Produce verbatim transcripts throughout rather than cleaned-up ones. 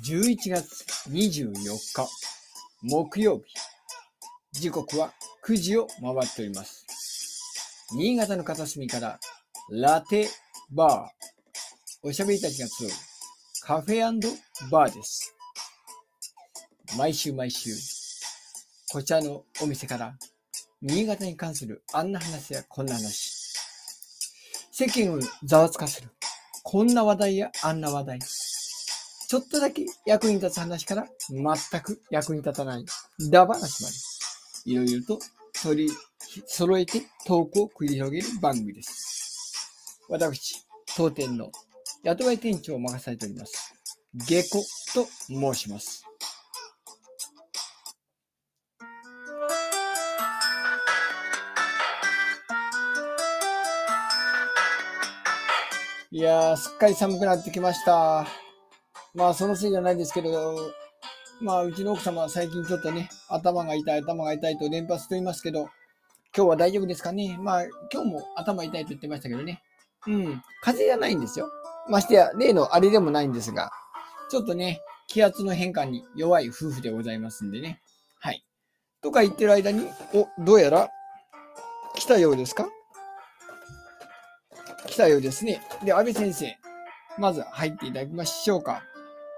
じゅういちがつにじゅうよっか木曜日、時刻はくじを回っております。新潟の片隅からラテバー、おしゃべりたちが集うカフェ&バーです。毎週毎週こちらのお店から新潟に関するあんな話やこんな話、世間をざわつかせるこんな話題やあんな話題、ちょっとだけ役に立つ話から全く役に立たないダ話まで、いろいろと取り揃えてトークを繰り広げる番組です。私、当店の雇われ店長を任されておりますゲコと申します。いやー、すっかり寒くなってきました。まあそのせいじゃないですけど、まあうちの奥様は最近ちょっとね、頭が痛い頭が痛いと連発していますけど、今日は大丈夫ですかね。まあ今日も頭痛いと言ってましたけどね。うん、風邪じゃないんですよ。ましてや例のあれでもないんですが、ちょっとね、気圧の変化に弱い夫婦でございますんでね。はい。とか言ってる間に、お、どうやら来たようですか？来たようですね。で、安倍先生、まず入っていただきましょうか。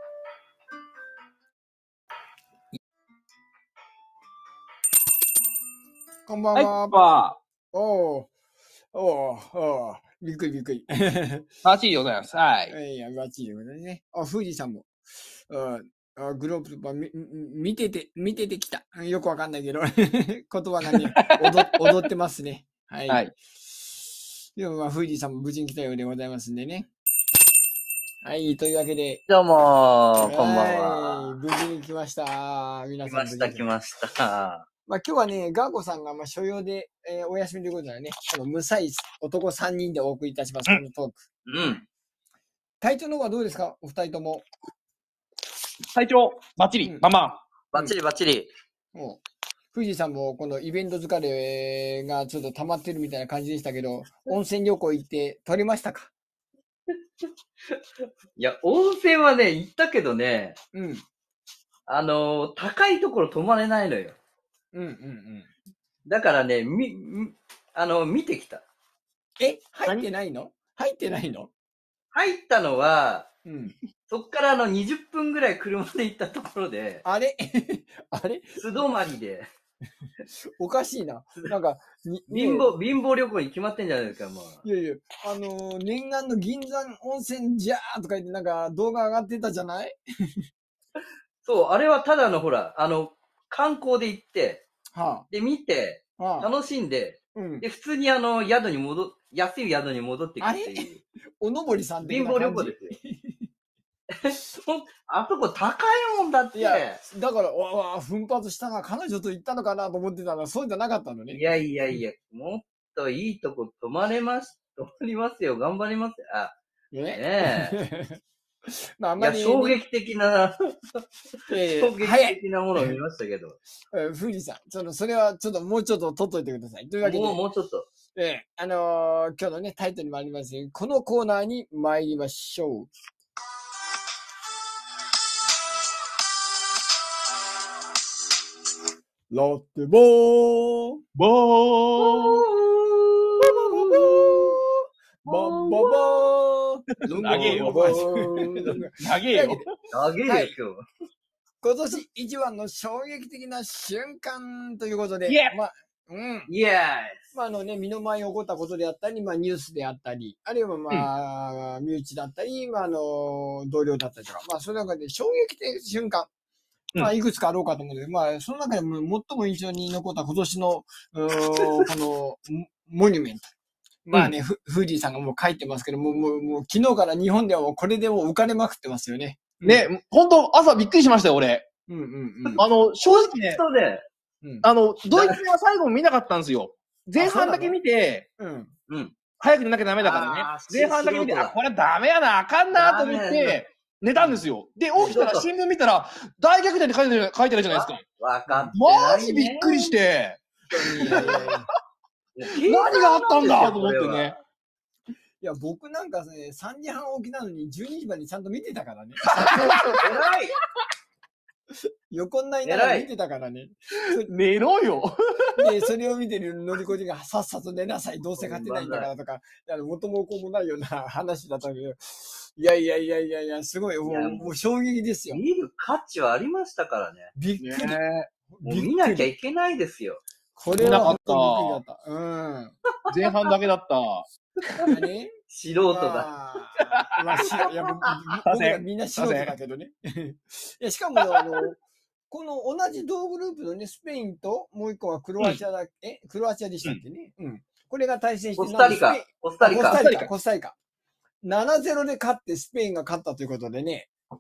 こんばんは。 はい、 おー、おー、おー、びっくりびっくり。 バッチリでございます。はい。 いや、バッチリでございますね。あ、富士山も。あグローブとか見見てて、見ててきた。よくわかんないけど、言葉がね、踊, 踊ってますね。はい。はい、でもまあ、富士山も無事に来たようでございますんでね。はい、というわけで。 どうもー、こんばんは。 無事に来ました。皆さん。 来ました、来ました。 まあ今日はね、ガーコさんがまあ所用で、えー、お休みということでね、この無歳男さんにんでお送りいたします、このトーク。 うん。 体調の方はどうですか、お二人とも。 体調、バッチリ、うん、まあまあ。 バッチリバッチリ。 もう、富士山もこのイベント疲れがちょっと溜まってるみたいな感じでしたけど、温泉旅行行って撮れましたか？ いや、温泉はね、行ったけどね、 うん。 あのー、高いところ泊まれないのよ。 うんうんうん。 だからね、み、みあの、見てきた。 え、入ってないの？入ってないの？ 入ったのは、 うん。 そっからあのにじゅっぷんぐらい車で行ったところで、 あれあれ素泊まりで。 おかしいな。なんか、 貧乏、貧乏旅行に決まってんじゃないですか、もう。いやいや、あのー、念願の銀山温泉じゃーとか言ってなんか動画上がってたじゃない？ そう、あれはただのほら、あの、観光で行って、 はあ、 で、見て、はあ、楽しんで、うん、で、普通にあの、宿に戻、安い宿に戻っていくっていう。 おのぼりさん貧乏旅行ですよ。あそこ高いもんだって。いや、 だから、わわ、奮発したな、彼女と行ったのかなと思ってたら、そうじゃなかったのね。 いやいやいや、もっといいとこ泊まれます、泊まりますよ、頑張りますよ。あ、ねえ。まあ、あんまり、ね、衝撃的な、えー、衝撃的なものを見ましたけど。 富士山、その、それはちょっともうちょっと取っといてください。というわけで。 もう、もうちょっと。 えー、あのー、今日のね、タイトルにもありますように、このコーナーに参りましょう。ラテボーボーボンボボー長えよ。長えよ。 長えよ、今日。 今年一番の衝撃的な瞬間ということで、まあ、うん。 イエーイ。 まあ、あのね、身の前に起こったことであったり、まあ、ニュースであったり、あるいはまあ、うん、身内だったり、まあ、あの、同僚だったりとか、まあ、その中で衝撃的な瞬間。まあ、いくつかあろうかと思うんですけど、まあ、その中でも最も印象に残った今年の、この、モニュメント。まあね、うん、フーディーさんがもう書いてますけど、もう、もう、もう昨日から日本ではもうこれでもう浮かれまくってますよね。 ね、うん、ほんと朝びっくりしましたよ、俺。 うんうんうん。 あの、正直ね、 うん、 あの、ドイツ戦は最後見なかったんですよ。前半だけ見て、 うん。 うん。 早く寝なきゃダメだからね。前半だけ見て、あ、これダメやな、あかんなと思って、寝たんですよ。で、起きたら新聞見たら、大逆転って書いてる、書いてるじゃないですか。 わかってマジびっくりして。何があったんだと思ってね。 いや、僕なんかね、さんじはん起きなのにじゅうにじまでにちゃんと見てたからね。 偉い横になりながら見てたからね。 寝ろよ。 で、それを見てるのりこじがさっさと寝なさい、どうせ勝てないんだからとか、あの元も子もないような話だったけど、いやいやいやいやいや、すごい、もうもう衝撃ですよ。 見る価値はありましたからね。 びっくり。 ね、 もう見なきゃいけないですよ。 これは本当にびっくりだった。うん。 前半だけだった。 ね、素人だ。 まあ、まあ、しいや僕らみんな素人だけどね。いやしかも、あの、この同じ同グループのね、スペインともう一個はクロアチアだっけ、うん、えクロアチアでしたっけね、うん、うん。これが対戦して、 コスタリカ。コスタリカ。 コスタリカ。コスタリカ。ななたいゼロで勝ってスペインが勝ったということでね。 うん、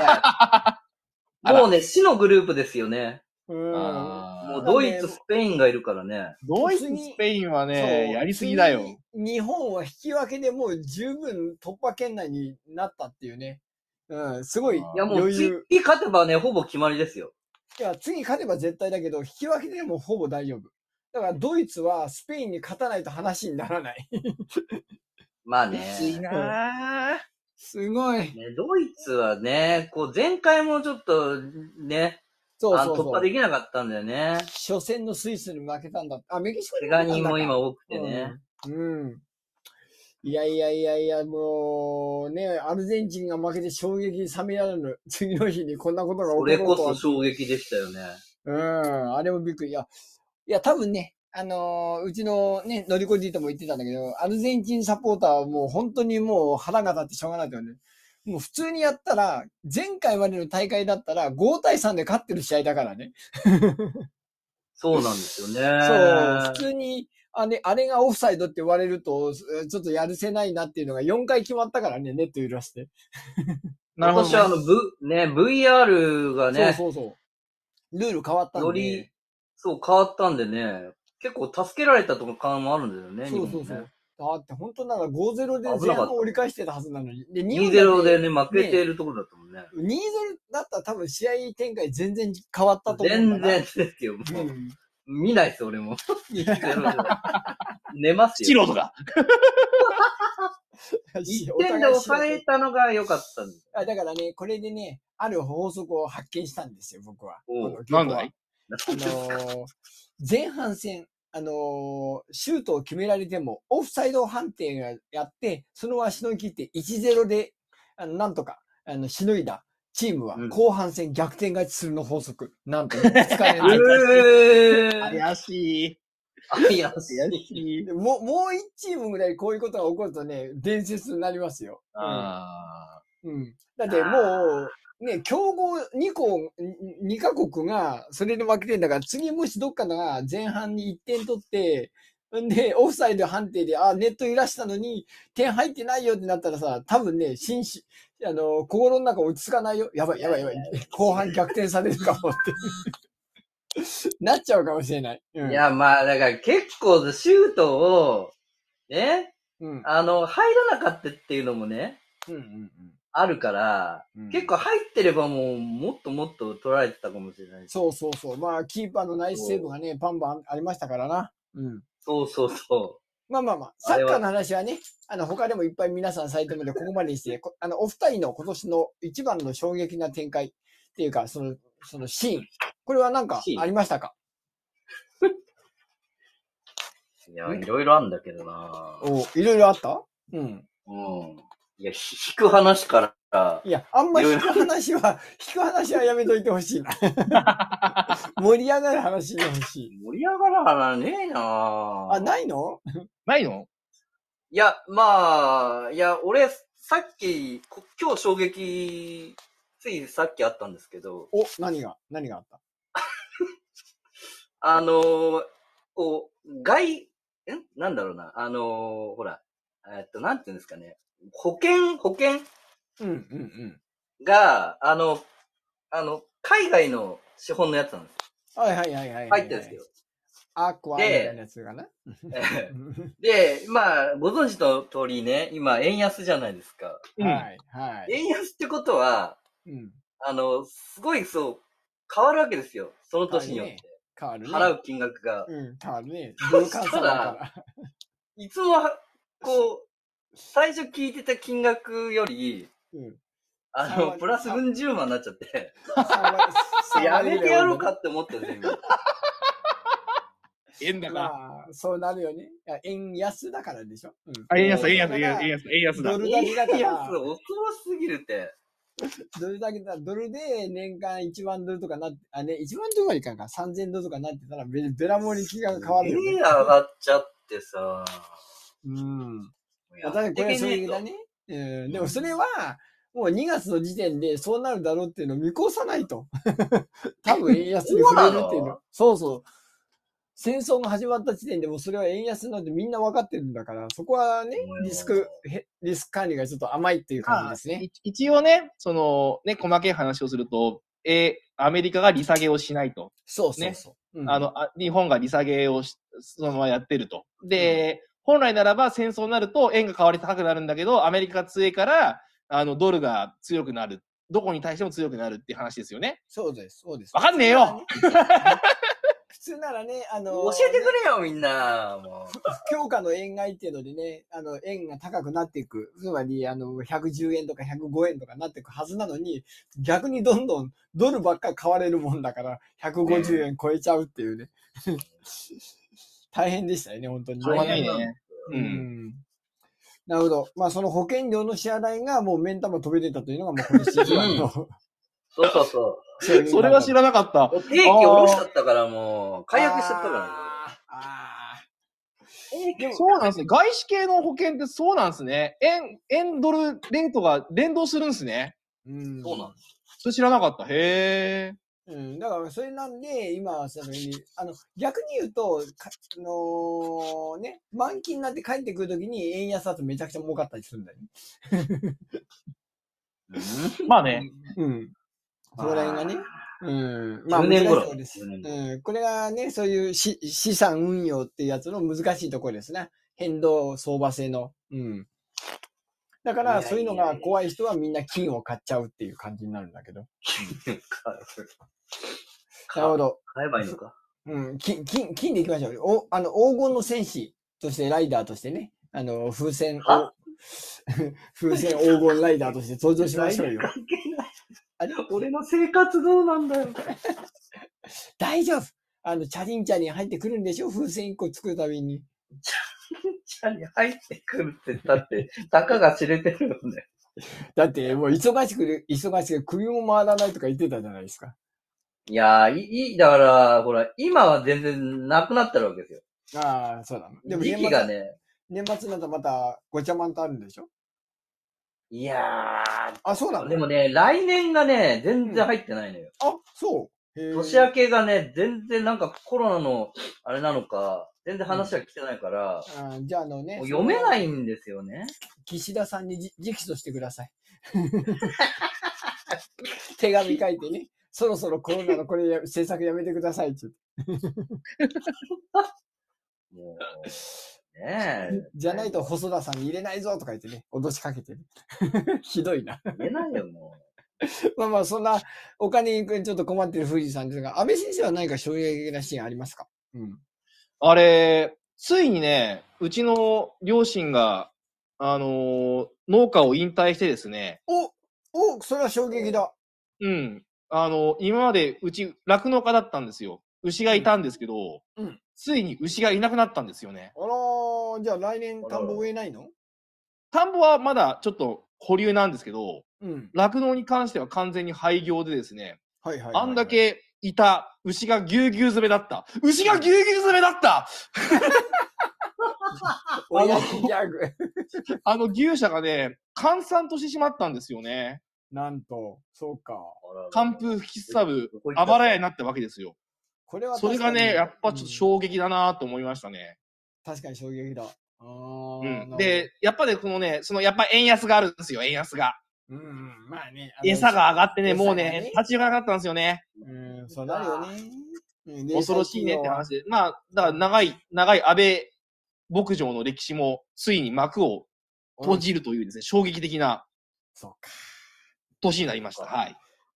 もうね、死のグループですよね。 うん。 もうドイツ、スペインがいるからね。 ドイツ、スペインはね、やりすぎだよ。 日本は引き分けでもう十分突破圏内になったっていうね。うん、すごい余裕。いやもう次勝てばね、ほぼ決まりですよ。 いや、次勝てば絶対だけど、引き分けでもほぼ大丈夫。だからドイツはスペインに勝たないと話にならない。 まあね。 きついなぁ。 すごい。 ね、ドイツはね、こう前回もちょっとね、そうそうそう突破できなかったんだよね。 初戦のスイスに負けたんだ。あ、メキシコに負けたんだ。怪我人も今多くてね。 うん。うん、いやいやいやいや、もう、ね、アルゼンチンが負けて衝撃冷めやらぬ。次の日にこんなことが起こるとは。 それこそ衝撃でしたよね。 うん、あれもびっくり。いや、いや、多分ね、あのー、うちのね、のりこじいとも言ってたんだけど、アルゼンチンサポーターはもう本当にもう腹が立ってしょうがないとね。もう普通にやったら、前回までの大会だったらごたいさんで勝ってる試合だからね。 そうなんですよね。 そう、普通に、あれ、あれがオフサイドって言われると、ちょっとやるせないなっていうのがよんかい決まったからね、ネット揺らして。 なるほど、ね。今年はあの、v、ね、ブイアール がね。 そうそうそう。ルール変わったんで。より、 そう、変わったんでね、結構助けられたとこ感もあるんだよね、 そうそうそう。ね、だって本当ならごたいゼロで前半折り返してたはずなのに。 で、にたいゼロでね、負けているところだったもんね。 にたいゼロだったら多分試合展開全然変わったと思うんだな。 全然ですよ、もう。うん、見ないです、俺も。寝ますよ。素人が。 いってんで抑えたのが良かったんです。 だからね、これでね、ある法則を発見したんですよ、僕は。 なんだいあのー、前半戦、あのー、シュートを決められても、オフサイド判定がやって、そのまましのぎ切っていちたいゼロで、あの、なんとか、あの、しのいだチームは、後半戦逆転勝ちするの法則。なんと、ね、ふつか連続。怪しい。 怪しい。 もう、もう一チームぐらいこういうことが起こるとね、伝説になりますよ。 あうん。うん。だってもう、ね、強豪にこ、にカ国がそれで負けてんだから、次もしどっかが前半にいってん取って、んで、オフサイド判定で、あ、ネット揺らしたのに、点入ってないよってなったらさ、多分ね、紳士、あの、心の中落ち着かないよ。やばい、やばい、やばい。後半逆転されるかもって。なっちゃうかもしれない。 うん、いや、まあ、だから結構シュートを、ね、うん、あの、入らなかったっていうのもね、うんうんうん、あるから、うん、結構入ってればもう、もっともっと取られてたかもしれない。 そうそうそう。まあ、キーパーのナイスセーブがね、バンバンありましたからな。うん。 そうそうそう。 まあまあまあ、サッカーの話はね、あの、他でもいっぱい皆さんされてるので、ここまでにして、あの、お二人の今年の一番の衝撃な展開っていうか、その、そのシーン。これはなんかありましたか？ いや、いろいろあるんだけどな。 お、いろいろあった？うん。うん。 いや、引く話から。 いや、あんま引く話は、引く話はやめといてほしいな。盛り上がる話が欲しい。 盛り上がる話ねえな。 あ、ないの？ ないの？ いや、まあ、いや、俺、さっき、今日衝撃、ついさっきあったんですけど。 お、何が、何があったあのー、こう、外、んなんだろうな。あのー、ほら、えっと、なんていうんですかね。保険、保険うんうんうんが、あの、あの、海外の資本のやつなんですよ。はいはいはいはい。 入ってるんですよ。 アクアみたいなやつがな。 で、まあ、ご存知の通りね、今、円安じゃないですか。 はいはい。 円安ってことは、うん、あの、すごいそう、変わるわけですよ。その年によって。 変わるね。 払う金額が。 うん、変わるね。ドル換算だから。 いつも、こう、 最初聞いてた金額より、うん、あの、プラスうん十万になっちゃって、やめてやろうかって思ってるんですよ、 円だから。まあ、そうなるよね。円安だからでしょ。 うん、あ、円安、円安、円安、円安、円安だ。 ドルだけだから。 円安、恐ろしすぎるって。 ドルだけだ、ドルで年間いちまんドルとかなって、あ、ね、いちまんドルまでいかんか、さんぜんドルとかなってたら、ベラモリ気が変わるよね。 上がっちゃってさ。 うん。確かにこれは衝撃だね。うん。でもそれは、もうにがつの時点でそうなるだろうっていうのを見越さないと。多分円安に触れるっていうの。そうそう。戦争が始まった時点でもそれは円安なんてみんな分かってるんだから、そこはね、リスク、リスク管理がちょっと甘いっていう感じですね。 一応ね、その、ね、細けい話をすると、えー、アメリカが利下げをしないと。 そうそうそう。 ね、うん、あのあ、日本が利下げをしそのままやってると。で、うん、本来ならば戦争になると円が買われ高くなるんだけど、アメリカが強いから、あの、ドルが強くなる。どこに対しても強くなるっていう話ですよね。 そうです、そうです。 わかんねえよ普通ならね、あのー、 教えてくれよ、みんな。もう。 強化の円買いっていうのでね、あの、円が高くなっていく。つまり、あの、ひゃくじゅうえんとかひゃくごえんとかなっていくはずなのに、逆にどんどんドルばっか買われるもんだから、ひゃくごじゅうえん超えちゃうっていうね。大変でしたよね、本当に。 しょうがないね。 うん。なるほど。まあ、その保険料の支払いがもう目ん玉飛び出たというのがもうこのシーズンの。 そうそうそう。 それは知らなかった。 定期下ろしちゃったから、もう、解約しちゃったから。ああ。そうなんですね。外資系の保険ってそうなんですね。円、円ドルレートが連動するんですね。 うん。そうなんです。 それ知らなかった。へー。うん。だから、それなんで、今、その、あの、逆に言うと、あのー、ね、満期になって帰ってくるときに円安だとめちゃくちゃ儲かったりするんだよね。 まあね。 うん。そこら辺がね。うん。まあ、 じゅうねん頃です。うん。これがね、そういうし資産運用っていうやつの難しいところですね。変動相場制の。うん。だから、そういうのが怖い人はみんな金を買っちゃうっていう感じになるんだけど。 金買う。 なるほど。 買えばいいのか。 うん。金、金、金でいきましょう。お、あの、黄金の戦士として、ライダーとしてね。あの、風船を、風船黄金ライダーとして登場しましょうよ。 あれ俺の生活どうなんだよ。 大丈夫。あの、チャリンチャリン入ってくるんでしょ、風船一個作るたびに。 チャリンチャリン入ってくるって言ったって、たかが知れてるよね。 だって、もう忙しく、忙しく首も回らないとか言ってたじゃないですか。 いやー、いい、だから、ほら、今は全然なくなってるわけですよ。 ああ、そうなの。 でも時期がね。 年末になったらまたごちゃまんとあるんでしょ。 いやー。 あ、そうなの。 でもね、来年がね、全然入ってないのよ。 うん、あ、そう。 年明けがね、全然なんかコロナのあれなのか、全然話は来てないから、 うん、あじゃああのね、 読めないんですよね。 岸田さんに直訴してください。手紙書いてね、そろそろコロナのこれ政策やめてくださいって言って。 もう、ねえ。 じゃないと細田さんに入れないぞとか言ってね、脅しかけてる。ひどいな。 入れないよ、もう。 まあまあ、そんなお金にちょっと困ってる富士さんですが、安倍先生は何か衝撃的なシーンありますか？うん。 あれ、ついにね、うちの両親が、あのー、農家を引退してですね。 おお、それは衝撃だ。 うん。あの、今までうち酪農家だったんですよ。牛がいたんですけど、うんうん、ついに牛がいなくなったんですよね。 あらー、じゃあ来年田んぼ植えないの？ 田んぼはまだちょっと保留なんですけど、酪農、うん、に関しては完全に廃業でですね、はいはいはいはい、あんだけいた牛がぎゅうぎゅう詰めだった。牛がぎゅうぎゅう詰めだったあの、あの牛舎がね、閑散としてしまったんですよね。 なんと、そうか。 寒風吹きすさぶ、あばら屋になったわけですよ。これはそれがね、やっぱちょっと衝撃だなと思いましたね。 確かに衝撃だ。あうん、で、やっぱりこのね、そのやっぱ円安があるんですよ、円安が。 うん、まあね。 餌が上がってね、もうね、立ち上がったんですよね。 うん、そうなるよね。 恐ろしいねって話で。まあ、だから長い、長い安倍牧場の歴史もついに幕を閉じるというですね、衝撃的な年になりました。はい。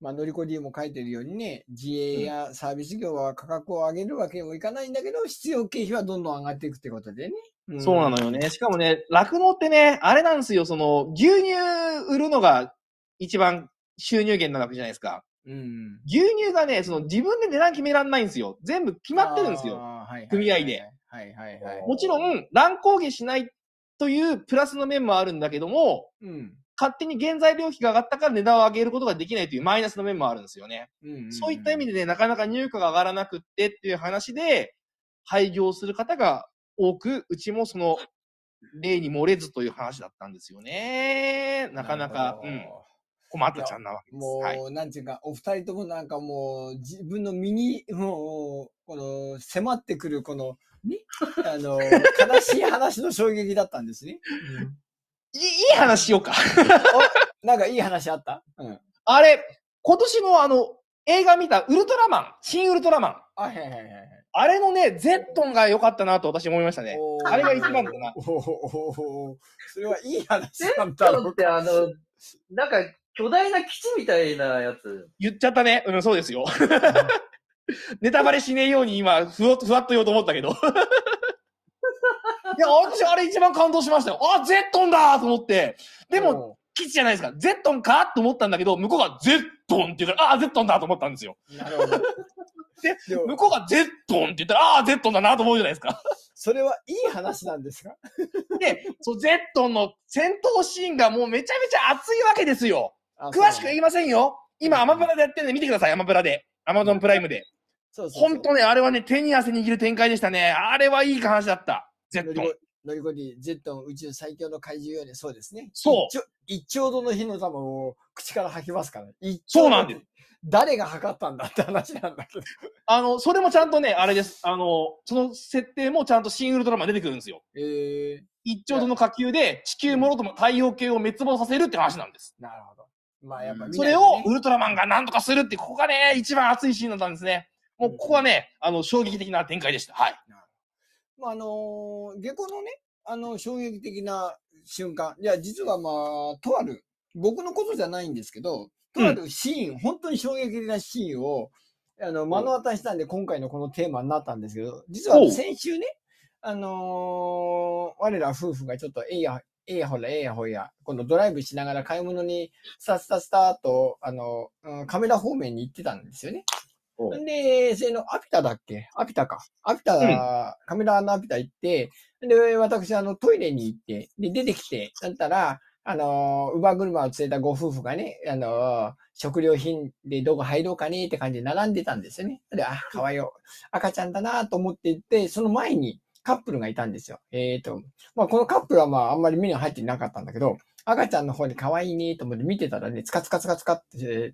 まあ、のりこ D も書いてるようにね、自営やサービス業は価格を上げるわけにもいかないんだけど、必要経費はどんどん上がっていくってことでね。 うん、そうなのよね。しかもね、酪農ってね、あれなんですよ、その、牛乳売るのが一番収入源なわけじゃないですか。うん、牛乳がね、その自分で値段決めらんないんですよ。全部決まってるんですよ。はいはいはいはい、組合で。はいはいはい。もちろん、乱高下しないというプラスの面もあるんだけども、うん、勝手に原材料費が上がったから値段を上げることができないというマイナスの面もあるんですよね。うんうんうん、そういった意味でね、なかなか入荷が上がらなくってっていう話で、廃業する方が多く、うちもその例に漏れずという話だったんですよね。なかなか、うん、困ったちゃんなわけです。 もう、はい、なんていうか、お二人ともなんかもう、自分の身に、もう、この、迫ってくる、この、ね、あの、悲しい話の衝撃だったんですね。 うん、い, いい話しようか。 なんかいい話あった、うん、 あれ、今年のあの、映画見たウルトラマン、新ウルトラマン。 あ、はいはいはい。 あれのね、ゼットンが良かったなと私思いましたね。あれが一番だな。 おお、それはいい話なんだろう。ゼットンってあの、なんか巨大な基地みたいなやつ。 言っちゃったね。うん、そうですよ。ネタバレしねえように今、ふわっとふわっと言おうと思ったけど。いや、私あれ一番感動しましたよ。あ、ゼットンだと思って。でも、基地じゃないですか。ゼットンかと思ったんだけど、向こうがゼットンって言うから、あ、ゼットンだと思ったんですよ。 なるほど。 で、向こうがゼットンって言ったら、ああ、ゼットンだなと思うじゃないですか。 それはいい話なんですか？ で、そう、ゼットンの戦闘シーンがもうめちゃめちゃ熱いわけですよ。詳しく言いませんよ。今、アマプラでやってるんで見てください、アマプラで。アマゾンプライムで。そうそうそう。ほんとね、あれはね、手に汗握る展開でしたね。あれはいい話だった。ゼットン。 ノリコディ、ゼットン宇宙最強の怪獣よりそうですね。 そう。 一丁度の火の玉を口から吐きますからね。 そうなんです。 誰が測ったんだって話なんだけど。 あの、それもちゃんとね、あれです。あの、その設定もちゃんと新ウルトラマン出てくるんですよ。えー、一丁度の火球で地球もろとも太陽系を滅亡させるって話なんです。 なるほど。まあやっぱ、ね、 それをウルトラマンが何とかするって、ここがね、一番熱いシーンだったんですね。もうここはね、あの、衝撃的な展開でした。はい。 まあ、あのー、下校のね、あの、衝撃的な瞬間。いや、実はまあ、とある、僕のことじゃないんですけど、とあるシーン、うん、本当に衝撃的なシーンを、あの、目の当たりしたんで、今回のこのテーマになったんですけど、実は先週ね、あのー、我ら夫婦がちょっと、えいや、えいやほら、えいやほや、このドライブしながら買い物に、スタスタスタと、あの、うん、カメラ方面に行ってたんですよね。で、その、アピタだっけアピタか。アピタ、うん、カメラのアピタ行って、で、私、あの、トイレに行って、で、出てきて、だったら、あの、乳母車を連れたご夫婦がね、あの、食料品でどこ入ろうかねって感じで並んでたんですよね。で、あ、かわいいよ。赤ちゃんだなと思って行って、その前にカップルがいたんですよ。えーと、まあ、このカップルはまあ、あんまり目に入ってなかったんだけど、赤ちゃんの方にかわいいねと思って見てたらね、つかつかつかつかって、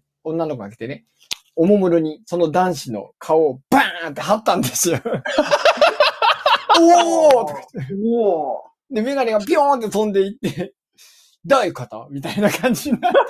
女の子が来てね、おもむろにその男子の顔をバーンって貼ったんですよ。おーおーで、メガネがピョーンって飛んでいって、どういうことみたいな感じになって。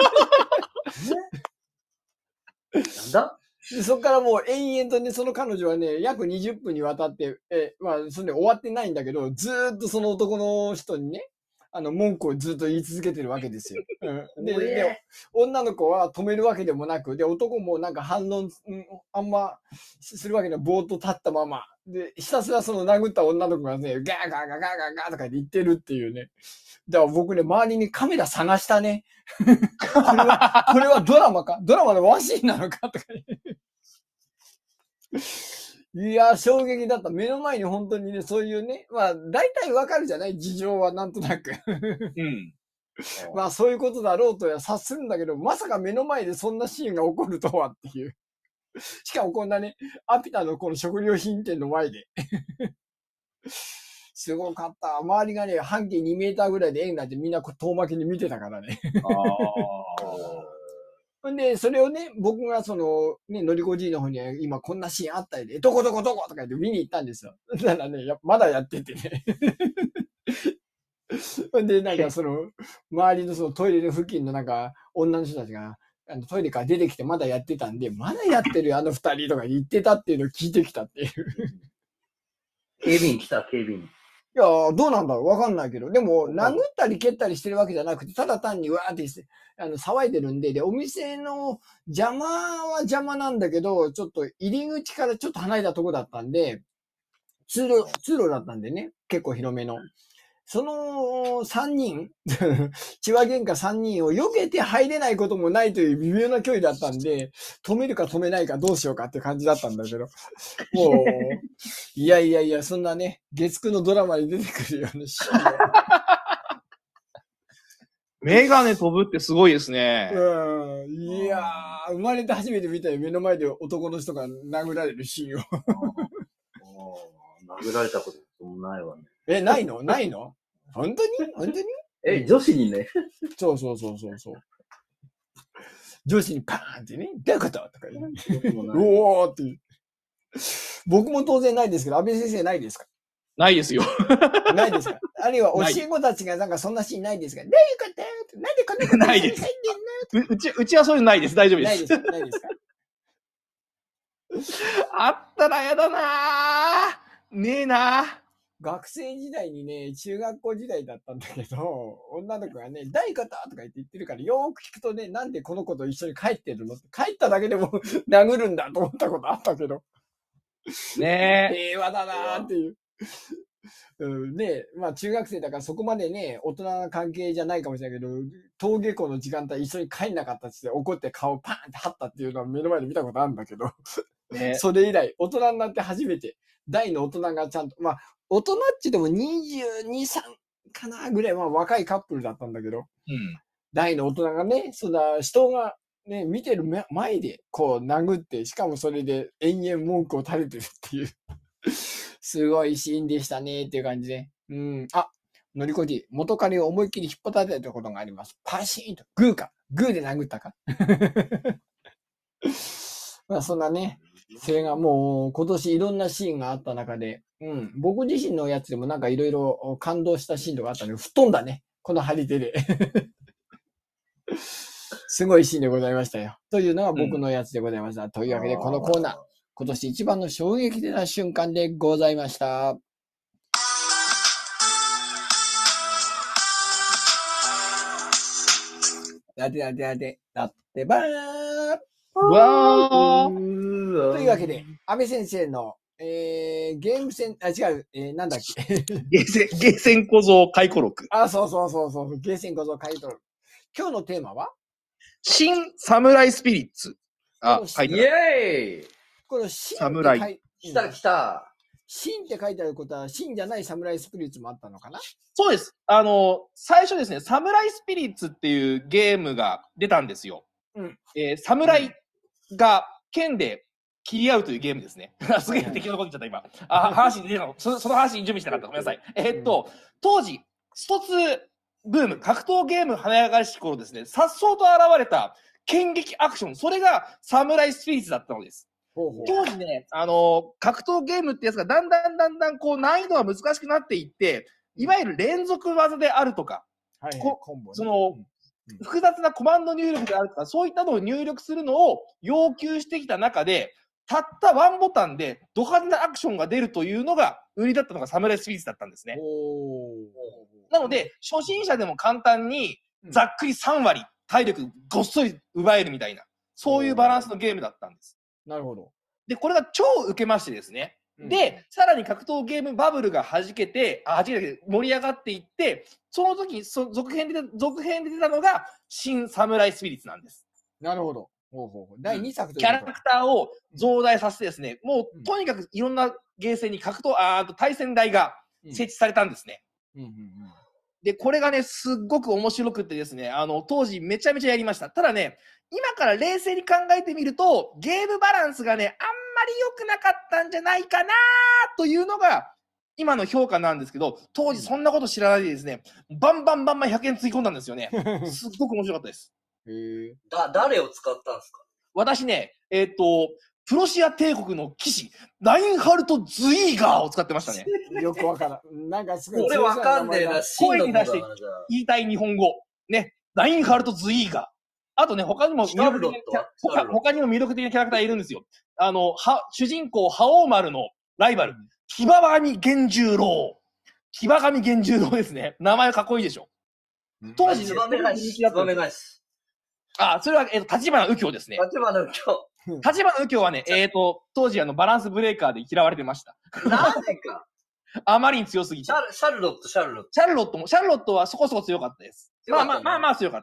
なんだでそこからもう延々とね、その彼女はね、約にじゅっぷんにわたって、え、まあ、それで終わってないんだけど、ずーっとその男の人にね、あの、文句をずっと言い続けてるわけですよ。うん、で、で、女の子は止めるわけでもなく、で、男もなんか反論、うん、あんまするわけでぼーっと立ったまま、で、ひたすらその殴った女の子がね、ガーガーガーガーガーガーとか言ってるっていうね。だから僕ね、周りにカメラ探したね。これは、これはドラマかドラマのワンシーンなのかとかいや、衝撃だった。目の前に本当にね、そういうね、まあ、大体わかるじゃない事情はなんとなく。うん。まあ、そういうことだろうとは察するんだけど、まさか目の前でそんなシーンが起こるとはっていう。しかもこんなね、アピタのこの食料品店の前で。すごかった。周りがね、半径にメーターぐらいで円なんてみんな遠巻きに見てたからね。あ。で、それをね、僕がその、ね、のりこじいの方に今こんなシーンあったりで、どこどこどことか言って見に行ったんですよ。だからね、やまだやっててね。で、なんかその、周りのそのトイレの付近のなんか、女の人たちが、あのトイレから出てきてまだやってたんで、まだやってるよ、あの二人とか言ってたっていうのを聞いてきたっていう。 警備員来た、警備員。 いやー、どうなんだろうわかんないけど。でも、殴ったり蹴ったりしてるわけじゃなくて、ただ単にわーってして、あの、騒いでるんで、で、お店の邪魔は邪魔なんだけど、ちょっと入り口からちょっと離れたとこだったんで、通路、通路だったんでね、結構広めの。その三人、千葉喧嘩三人を避けて入れないこともないという微妙な距離だったんで、止めるか止めないかどうしようかって感じだったんだけど、もう、いやいやいや、そんなね、月9のドラマに出てくるようなシーンを。 メガネ飛ぶってすごいですね。 うん。いやー、生まれて初めて見たよ。目の前で男の人が殴られるシーンを。 殴られたこともないわね。 え、ないのないの本当に本当にえ、女子にね。 そうそうそうそうそう。女子にパーンってね、どういうこととか言う。おーっていう。僕も当然ないですけど、安倍先生ないですかないですよ。 ないですかあるいは教え子たちがなんかそんなシーンないですかどういうことなんでこんなことないです。うち、うちはそういうのないです。大丈夫です。 ないですかないですかあったらやだなー。ねえなー。 学生時代にね、中学校時代だったんだけど、女の子がね、大方とか言って言ってるから、よーく聞くとね、なんでこの子と一緒に帰ってるのって、帰っただけでも殴るんだと思ったことあったけど。 ねえ。平和だなーっていう。うん、で、まあ中学生だからそこまでね、大人な関係じゃないかもしれないけど、登下校の時間帯一緒に帰んなかったって怒って顔パーンって張ったっていうのは目の前で見たことあるんだけど、ね、それ以来、大人になって初めて、大の大人がちゃんと、まあ、大人って言ってもにじゅうに、さんかなぐらい、まあ若いカップルだったんだけど、 うん、 大の大人がね、そんな人がね、見てる前でこう殴って、しかもそれで延々文句を垂れてるっていう。すごいシーンでしたねっていう感じで。うん。あ、のりこじ、元彼を思いっきり引っ張たれたことがあります。パシーンと。グーか。グーで殴ったか。まあそんなね、それがもう今年いろんなシーンがあった中で、うん。僕自身のやつでもなんかいろいろ感動したシーンとかあったので、吹っ飛んだね。この張り手で。すごいシーンでございましたよ。というのが僕のやつでございました。うん、というわけで、このコーナー。今年一番の衝撃的な瞬間でございました。だてだてだて、だってばーわーというわけで、安倍先生の、えー、ゲーム戦、あ、違う、えー、なんだっけ。 ゲーセン、ゲーセン小僧回顧録。 あ、そうそうそうそう、ゲーセン小僧回顧録。今日のテーマは新サムライスピリッツ。あ、 書いてある。イェーイこの新サムライ。 来た来た。 新って書いてあることは、新じゃないサムライスピリッツもあったのかなそうです。あの、最初ですね、サムライスピリッツっていうゲームが出たんですよ。うん。えー、サムライが剣で切り合うというゲームですね。すげえ適当なこと言っちゃった、今。あ、話に出たの。そ, その話に準備してなかった。ごめんなさい。えー、っと、当時、ストツブーム、格闘ゲーム華やかし頃ですね、さっそうと現れた剣撃アクション、それがサムライスピリッツだったのです。ほうほう当時ね、あの、格闘ゲームってやつがだんだんだんだんこう難易度が難しくなっていって、いわゆる連続技であるとか、はいはい、コンボね、その、うんうん、複雑なコマンド入力であるとか、そういったのを入力するのを要求してきた中で、たったワンボタンでド派手なアクションが出るというのが売りだったのがサムライスピリッツだったんですね。なので、初心者でも簡単にざっくりさんわり体力ごっそり奪えるみたいな、そういうバランスのゲームだったんです。 なるほど。 で、これが超受けましてですね。うん、で、さらに格闘ゲームバブルが弾けて、あ、弾けて盛り上がっていって、その時、そ続編で、続編で出たのが、新サムライスピリッツなんです。 なるほど。ほうほうほうだいにさくというキャラクターを増大させてですね、もう、とにかくいろんなゲーセンに格闘、あーと対戦台が設置されたんですね。うんうんうんうん、で、これがね、すっごく面白くてですね、あの、当時めちゃめちゃやりました。ただね、今から冷静に考えてみると、ゲームバランスがね、あんまり良くなかったんじゃないかなというのが、今の評価なんですけど、当時そんなこと知らないでですね、バンバンバンバンひゃくえんつぎ込んだんですよね。すっごく面白かったです。 へー。だ、誰を使ったんですか？ 私ね、えーっと、プロシア帝国の騎士、ラインハルト・ズイーガーを使ってましたね。 よくわからん。なんかすごい。 俺わかんねえな。 声に出して言いたい日本語。ね。ラインハルト・ズイーガー。あとね、他にも魅力的な、他, 他にも魅力的なキャラクターいるんですよ。あの、は、主人公、覇王丸のライバル、騎馬場に源十郎。 騎馬神源十郎ですね。名前かっこいいでしょ。当時、 ツバメ返し。ツバメ返し。 あ、それは、えっ、と、立花右京ですね。 立花右京。 立花右京はね、えっ、と、当時、あの、バランスブレーカーで嫌われてました。 なんでか。 あまりに強すぎて。 シャル、シャルロット、シャルロット。 シャルロットも、シャルロットはそこそこ強かったです。まあまあまあまあ強かった。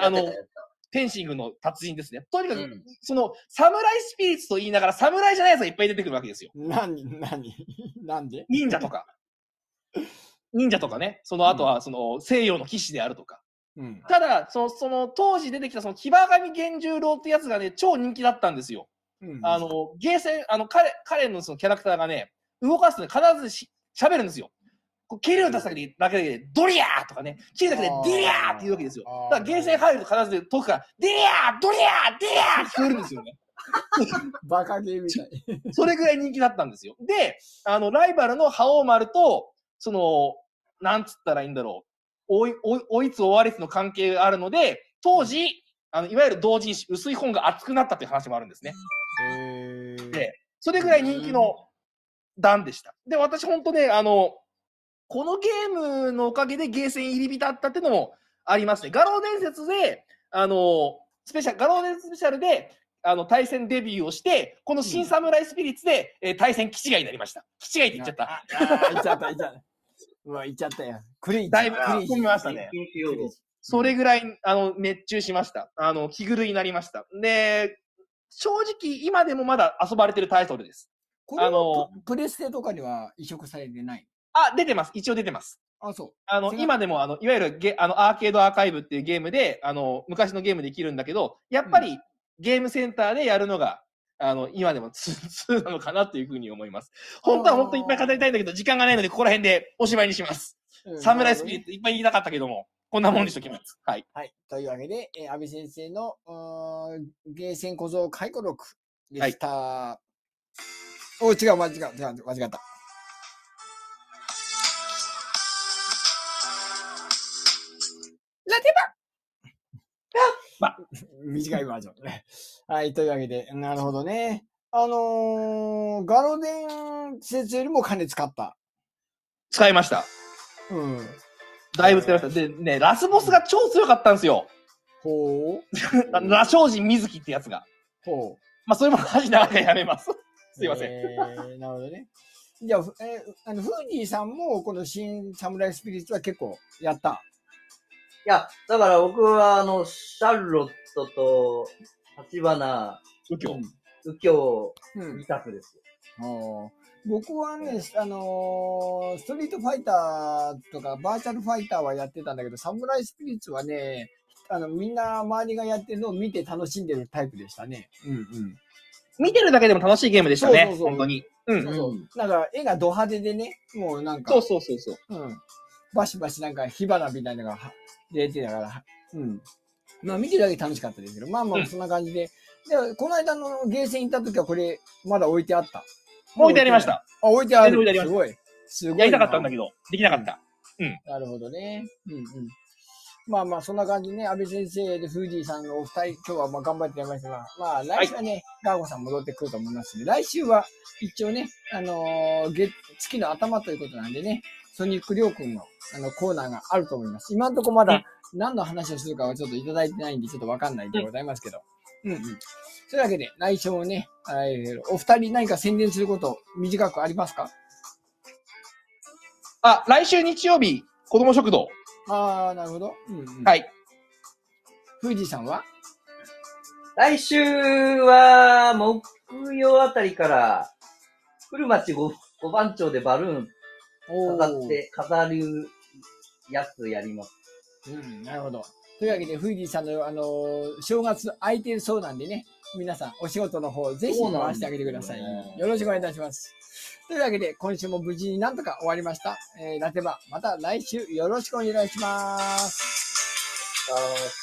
あの、フェンシングの達人ですね。とにかく、うん、その、侍スピリッツと言いながら、侍じゃないやつがいっぱい出てくるわけですよ。 なに、なに、なんで忍者とか。忍者とかね。その後は、その、西洋の騎士であるとか。うん、ただ、その、その、当時出てきた、その、騎馬神源十郎ってやつがね、超人気だったんですよ。うん、あの、ゲーセン、あの、彼、彼のそのキャラクターがね、動かすとね、必ずし喋るんですよ。蹴るを出すだけで、だけでドリアーとかね、蹴るだけでデリアーって言うわけですよ。だからゲーセン入ると必ず遠くから、デリアードリアーデリアーって聞こえるんですよね。 バカゲーみたい。 それぐらい人気だったんですよ。で、あの、ライバルの覇王丸と、その、なんつったらいいんだろう。おい、おい、おいつおわれつの関係があるので、当時、あの、いわゆる同人誌、薄い本が熱くなったっていう話もあるんですね。 へー。 で、それぐらい人気の段でした。で、私本当ね、あの、このゲームのおかげでゲーセン入り浸ったっていうのもありますね。画廊伝説で、あの、スペシャル、画廊伝説スペシャルで、あの、対戦デビューをして、この新サムライスピリッツで、うん、えー、対戦気違いになりました。気違いって言っちゃった。 ああ、言っちゃった、言っちゃった。うわ、言っちゃったよ。クレイジー。 だいぶ込みましたね。それぐらい、あの、熱中しました。あの、気狂いになりました。で、正直、今でもまだ遊ばれてるタイトルです。 これはあの、プレステとかには移植されてない？ あ、出てます。一応出てます。 あ、そう。 あの、今でも、あの、いわゆるゲ、あの、アーケードアーカイブっていうゲームで、あの、昔のゲームできるんだけど、やっぱり、ゲームセンターでやるのが、あの、今でもツーなのかなっていうふうに思います。本当は本当にいっぱい語りたいんだけど、時間がないので、ここら辺でおしまいにします。うん、サムライスピリッツいっぱい言いたかったけども、こんなもんにしときます。はい。 はい。というわけで、えー、安倍先生の、ゲーセン小僧回顧録でした。はい、お、違う、間違った。間違った。ラテバ短いバージョン。はい、というわけで、なるほどね。あのー、ガロ伝説よりも金使った。 使いました。 うん。 だいぶ使いました。で、ね、ラスボスが超強かったんですよ。 ほう。 羅生人水木ってやつが。 ほう。 まあ、それも話長くやめます。すいません。 えー、なるほどね。じゃあ、えー、あの、フーディーさんも、この新サムライスピリッツは結構やった。 いや、だから僕は、あの、シャルロットと、立花、 右京、 右京、二択です。 うん、僕はね、あのー、ストリートファイターとか、バーチャルファイターはやってたんだけど、サムライスピリッツはね、あの、みんな周りがやってるのを見て楽しんでるタイプでしたね。うんうん。 見てるだけでも楽しいゲームでしたね。そうそうそう、本当に。 うん。そうそう。なんか、絵がド派手でね、もうなんか。 そうそうそうそう。 うん。バシバシなんか火花みたいなのが出てたから、うん。まあ見てるだけ楽しかったですけど、まあまあそんな感じで。うん、で、この間のゲーセン行った時はこれ、まだ置いてあった。 置いてありました。 あ、置いてある。すごい。すごい。 やりたかったんだけど、できなかった。うん。 なるほどね。うんうん。まあまあ、そんな感じでね、安倍先生でフーディーさんのお二人、今日はまあ頑張ってやりましたが、まあ来週はね、はい、ガーゴさん戻ってくると思いますので、来週は一応ね、あのー、月、月の頭ということなんでね、ソニックりょうくんのあのコーナーがあると思います。今のところまだ何の話をするかはちょっといただいてないんで、ちょっとわかんないでございますけど。うんうん。というわけで、来週もね、お二人何か宣伝すること短くありますか？ あ、来週日曜日、子供食堂。 ああ、なるほど。うんうん、 はい。 富士さんは？ 来週は、木曜あたりから、古町五番町でバルーン飾って、飾るやつやります。 うん、なるほど。というわけで、富士さんの、あのー、正月空いてるそうなんでね、皆さんお仕事の方、ぜひ回してあげてください。よろしくお願いいたします。というわけで、今週も無事になんとか終わりました。えー、ラテバ、また来週よろしくお願いします。